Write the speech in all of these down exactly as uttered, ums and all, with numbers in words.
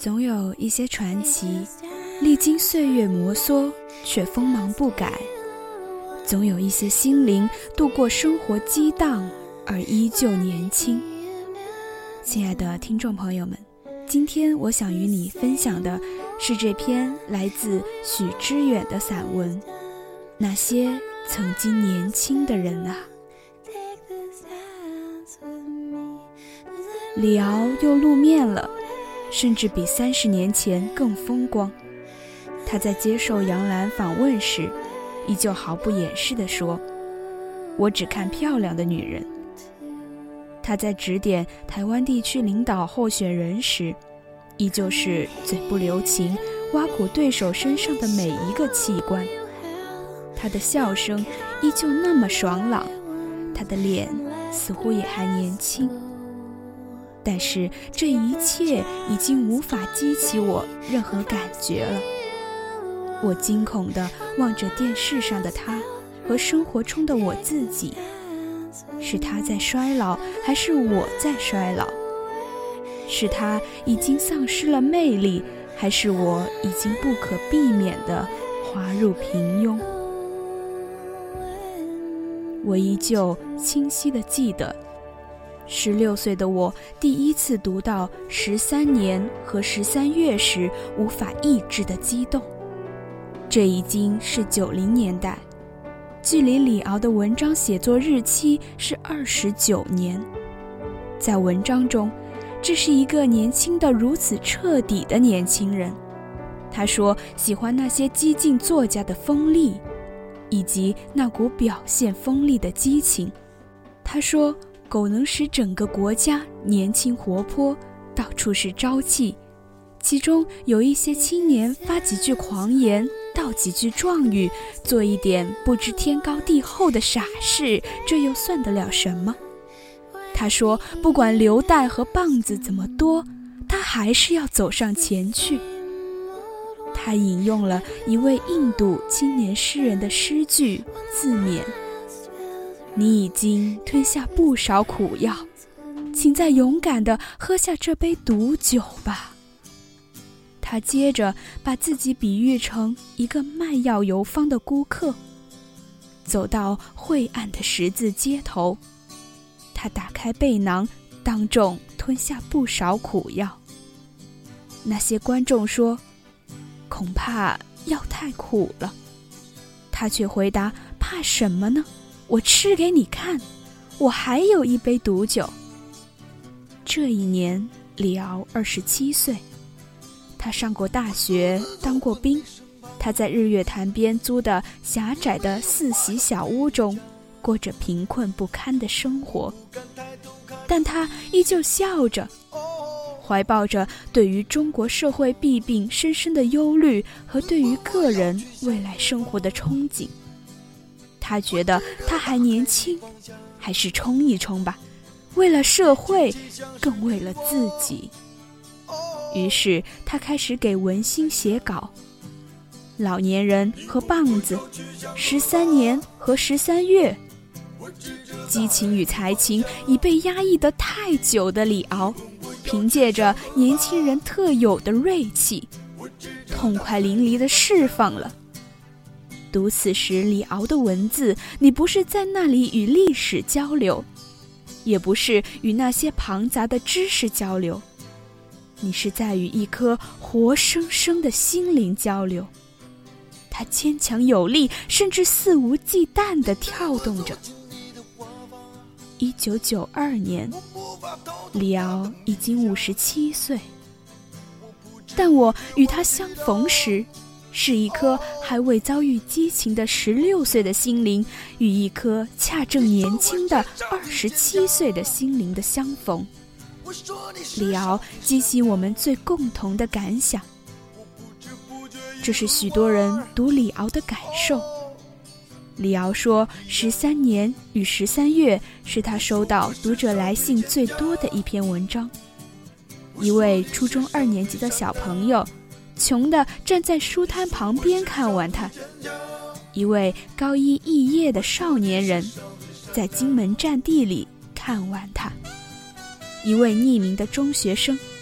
总有一些传奇，历经岁月磨砺，却锋芒不改；总有一些心灵度过生活激荡，而依旧年轻。亲爱的听众朋友们，今天我想与你分享的是这篇来自许知远的散文《那些曾经年轻的人啊》。李敖又露面了，甚至比三十年前更风光。他在接受杨澜访问时，依旧毫不掩饰地说：“我只看漂亮的女人。”他在指点台湾地区领导候选人时，依旧是嘴不留情，挖苦对手身上的每一个器官。他的笑声依旧那么爽朗，他的脸似乎也还年轻。但是这一切已经无法激起我任何感觉了。我惊恐地望着电视上的他和生活中的我自己，是他在衰老，还是我在衰老？是他已经丧失了魅力，还是我已经不可避免地滑入平庸？我依旧清晰地记得，十六岁的我第一次读到十三年和十三月时无法抑制的激动。这已经是九零年代，距离李敖的文章写作日期是二十九年。在文章中，这是一个年轻的如此彻底的年轻人。他说喜欢那些激进作家的锋利，以及那股表现锋利的激情。他说狗能使整个国家年轻活泼，到处是朝气，其中有一些青年发几句狂言，道几句壮语，做一点不知天高地厚的傻事，这又算得了什么？他说不管流弹和棒子怎么多，他还是要走上前去。他引用了一位印度青年诗人的诗句自勉：你已经吞下不少苦药，请再勇敢地喝下这杯毒酒吧。他接着把自己比喻成一个卖药游方的顾客，走到晦暗的十字街头，他打开背囊，当众吞下不少苦药。那些观众说，恐怕药太苦了。他却回答，怕什么呢？我吃给你看，我还有一杯毒酒。这一年，李敖二十七岁，他上过大学，当过兵。他在日月潭边租的狭窄的四喜小屋中，过着贫困不堪的生活，但他依旧笑着，怀抱着对于中国社会弊病深深的忧虑和对于个人未来生活的憧憬。他觉得他还年轻，还是冲一冲吧，为了社会，更为了自己。于是他开始给文星写稿，老年人和棒子，十三年和十三月。激情与才情已被压抑得太久的李敖，凭借着年轻人特有的锐气，痛快淋漓地释放了。读此时李敖的文字，你不是在那里与历史交流，也不是与那些庞杂的知识交流，你是在与一颗活生生的心灵交流。它坚强有力，甚至肆无忌惮地跳动着。一九九二年，李敖已经五十七岁，但我与他相逢时，是一颗还未遭遇激情的十六岁的心灵与一颗恰正年轻的二十七岁的心灵的相逢。李敖激起我们最共同的感想，这是许多人读李敖的感受。李敖说，十三年与十三月是他收到读者来信最多的一篇文章。一位初中二年级的小朋友，穷地站在书摊旁边看完他；一位高一肄业的少年人，在金门战地里看完他；一位匿名的中学生，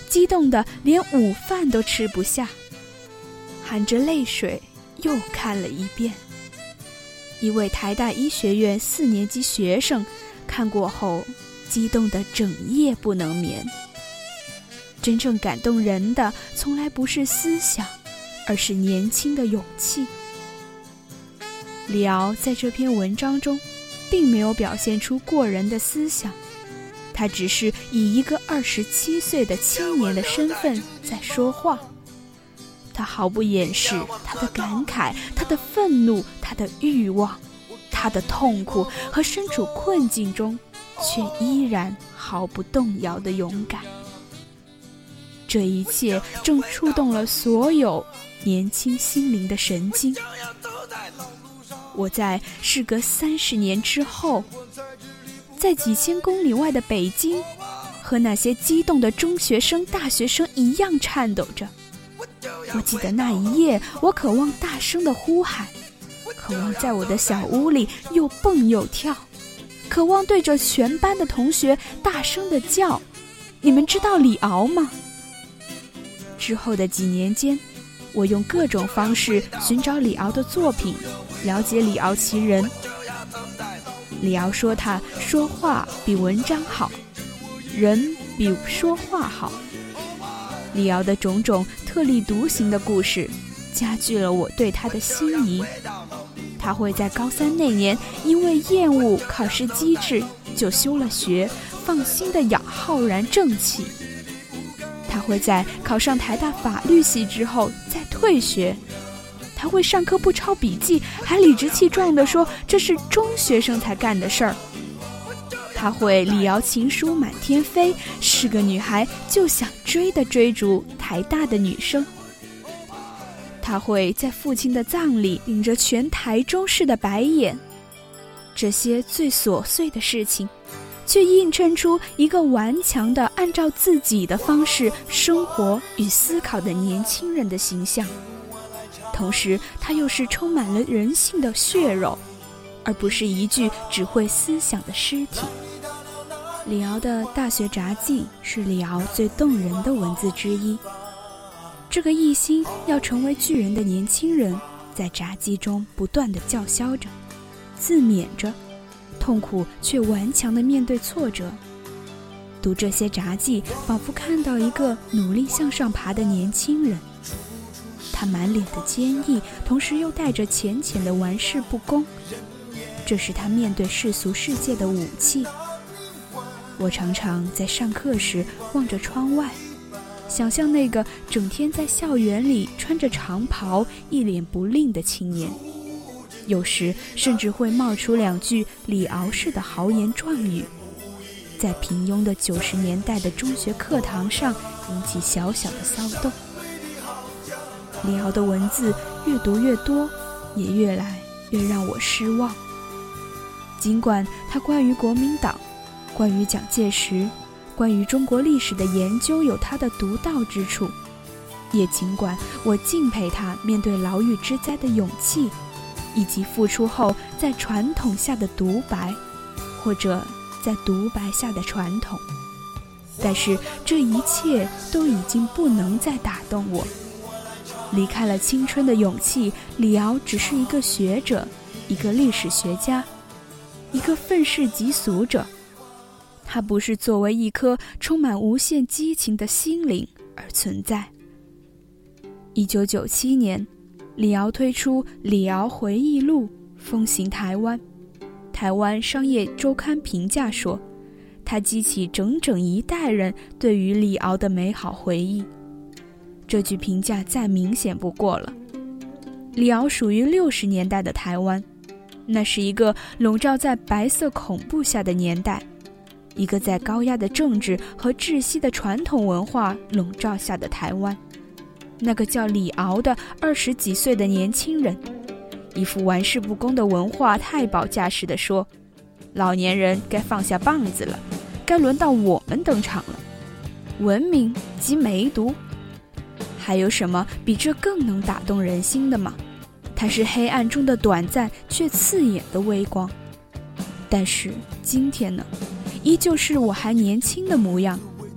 激动得连午饭都吃不下，含着泪水又看了一遍。一位台大医学院四年级学生看过后，激动得整夜不能眠。真正感动人的，从来不是思想，而是年轻的勇气。李敖在这篇文章中，并没有表现出过人的思想，他只是以一个二十七岁的青年的身份在说话。他毫不掩饰他的感慨，他的愤怒，他的欲望，他的痛苦和身处困境中却依然毫不动摇的勇敢。这一切正触动了所有年轻心灵的神经。我在事隔三十年之后，在几千公里外的北京，和那些激动的中学生、大学生一样颤抖着。我记得那一夜，我渴望大声地呼喊，渴望在我的小屋里又蹦又跳，渴望对着全班的同学大声地叫：你们知道李敖吗？之后的几年间，我用各种方式寻找李敖的作品，了解李敖其人。李敖说他说话比文章好，人比说话好。李敖的种种特立独行的故事加剧了我对他的心仪。他会在高三那年因为厌恶考试机制就休了学，放心地养浩然正气。他会在考上台大法律系之后再退学。他会上课不抄笔记，还理直气壮地说这是中学生才干的事儿。他会李敖情书满天飞，是个女孩就想追的追逐台大的女生。他会在父亲的葬礼领着全台中市的白眼。这些最琐碎的事情，却映衬出一个顽强的按照自己的方式生活与思考的年轻人的形象。同时他又是充满了人性的血肉，而不是一具只会思想的尸体。李敖的《大学札记》是李敖最动人的文字之一。这个一心要成为巨人的年轻人，在札记中不断地叫嚣着，自勉着，痛苦却顽强地面对挫折。读这些札记，仿佛看到一个努力向上爬的年轻人。他满脸的坚毅，同时又带着浅浅的玩世不恭，这是他面对世俗世界的武器。我常常在上课时望着窗外，想象那个整天在校园里穿着长袍一脸不吝的青年，有时甚至会冒出两句李敖式的豪言壮语，在平庸的九十年代的中学课堂上引起小小的骚动。李敖的文字越读越多，也越来越让我失望。尽管他关于国民党、关于蒋介石、关于中国历史的研究有他的独到之处，也尽管我敬佩他面对牢狱之灾的勇气，以及付出后在传统下的独白，或者在独白下的传统，但是这一切都已经不能再打动我。离开了青春的勇气，李敖只是一个学者，一个历史学家，一个愤世嫉俗者。他不是作为一颗充满无限激情的心灵而存在。一九九七年，李敖推出《李敖回忆录》，风行台湾。台湾商业周刊评价说，他激起整整一代人对于李敖的美好回忆。这句评价再明显不过了。李敖属于六十年代的台湾，那是一个笼罩在白色恐怖下的年代，一个在高压的政治和窒息的传统文化笼罩下的台湾。那个叫李敖的二十几岁的年轻人，一副玩世不恭的文化太保架势地说，老年人该放下棒子了，该轮到我们登场了。文明及梅毒，还有什么比这更能打动人心的吗？它是黑暗中的短暂却刺眼的微光。但是今天呢，依旧是我还年轻的模样，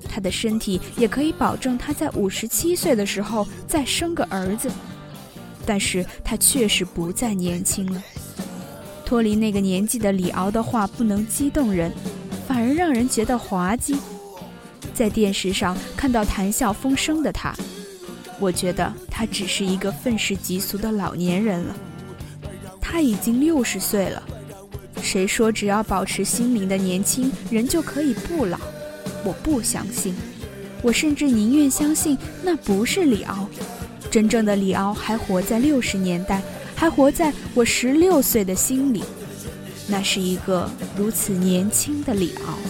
他的身体也可以保证他在五十七岁的时候再生个儿子。但是他确实不再年轻了。脱离那个年纪的李敖的话不能激动人，反而让人觉得滑稽。在电视上看到谈笑风生的他，我觉得他只是一个愤世嫉俗的老年人了。他已经六十岁了，谁说只要保持心灵的年轻，人就可以不老？我不相信，我甚至宁愿相信那不是李敖。真正的李敖还活在六十年代，还活在我十六岁的心里。那是一个如此年轻的李敖。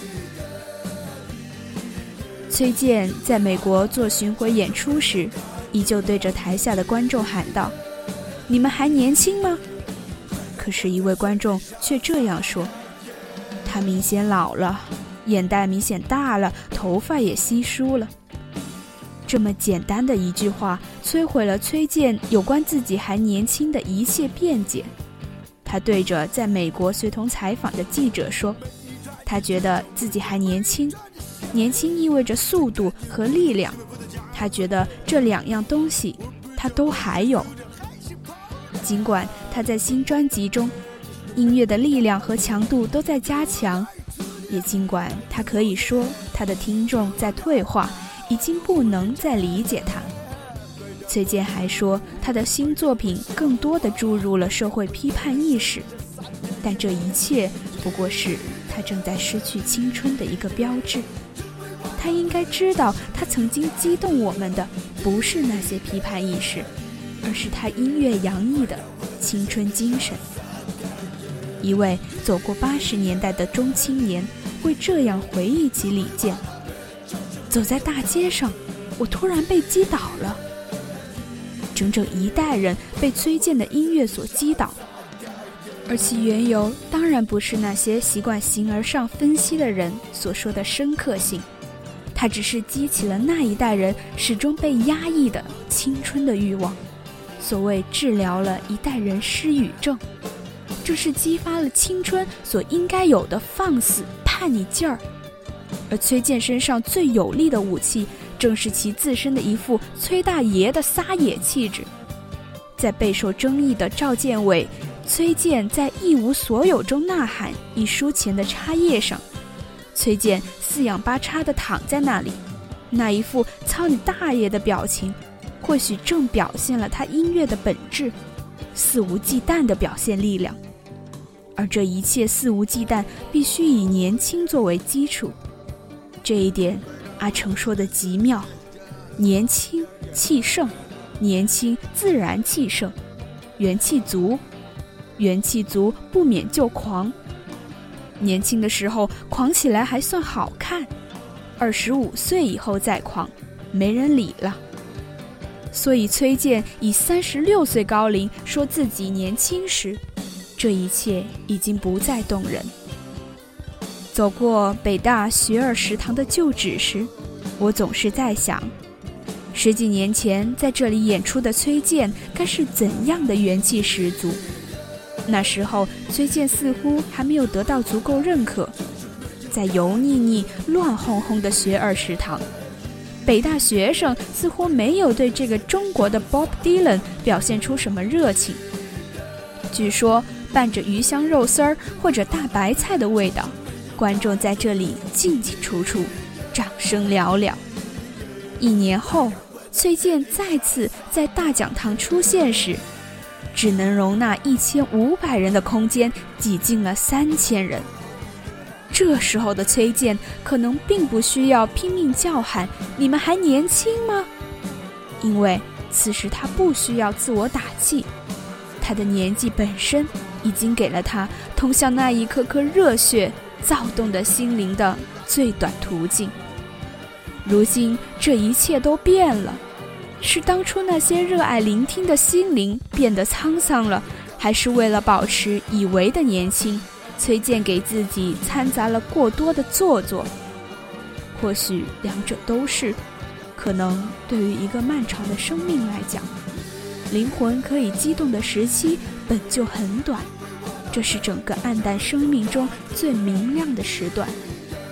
崔健在美国做巡回演出时，依旧对着台下的观众喊道：“你们还年轻吗？”可是一位观众却这样说：“他明显老了，眼袋明显大了，头发也稀疏了。”这么简单的一句话，摧毁了崔健有关自己还年轻的一切辩解。他对着在美国随同采访的记者说，他觉得自己还年轻，年轻意味着速度和力量，他觉得这两样东西他都还有。尽管他在新专辑中音乐的力量和强度都在加强，也尽管他可以说他的听众在退化，已经不能再理解他。崔健还说他的新作品更多地注入了社会批判意识，但这一切不过是他正在失去青春的一个标志。他应该知道，他曾经激动我们的不是那些批判意识，而是他音乐洋溢的青春精神。一位走过八十年代的中青年会这样回忆起李健：走在大街上，我突然被击倒了。整整一代人被崔健的音乐所击倒，而其缘由当然不是那些习惯形而上分析的人所说的深刻性，它只是激起了那一代人始终被压抑的青春的欲望。所谓治疗了一代人失语症，这是激发了青春所应该有的放肆叛逆劲儿。而崔健身上最有力的武器，正是其自身的一副崔大爷的撒野气质。在备受争议的赵建伟、崔健在一无所有中呐喊一书前的插页上，崔健四仰八叉地躺在那里，那一副操你大爷的表情，或许正表现了他音乐的本质，肆无忌惮的表现力量。而这一切肆无忌惮必须以年轻作为基础，这一点阿成说的极妙：年轻气盛，年轻自然气盛，元气足，元气足不免就狂。年轻的时候狂起来还算好看，二十五岁以后再狂，没人理了。所以崔健以三十六岁高龄说自己年轻时，这一切已经不再动人。走过北大学而食堂的旧址时，我总是在想，十几年前在这里演出的崔健该是怎样的元气十足。那时候崔健似乎还没有得到足够认可，在油腻腻乱哄哄的学而食堂，北大学生似乎没有对这个中国的 Bob Dylan 表现出什么热情。据说伴着鱼香肉丝儿或者大白菜的味道，观众在这里进进出出，掌声寥寥。一年后，崔健再次在大讲堂出现时，只能容纳一千五百人的空间挤进了三千人。这时候的崔健可能并不需要拼命叫喊你们还年轻吗，因为此时他不需要自我打气，他的年纪本身已经给了他通向那一颗颗热血躁动的心灵的最短途径。如今这一切都变了，是当初那些热爱聆听的心灵变得沧桑了，还是为了保持以为的年轻，崔健给自己掺杂了过多的做作？或许两者都是。可能对于一个漫长的生命来讲，灵魂可以激动的时期本就很短，这是整个暗淡生命中最明亮的时段。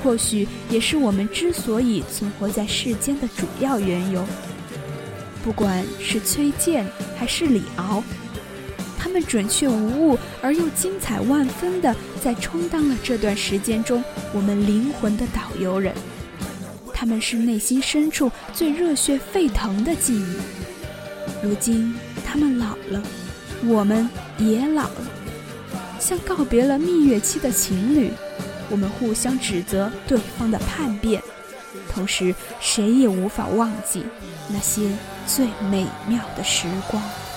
或许也是我们之所以存活在世间的主要缘由。不管是崔健还是李敖，他们准确无误而又精彩万分地在充当了这段时间中我们灵魂的导游人。他们是内心深处最热血沸腾的记忆。如今他们老了，我们也老了，像告别了蜜月期的情侣，我们互相指责对方的叛变，同时谁也无法忘记那些最美妙的时光。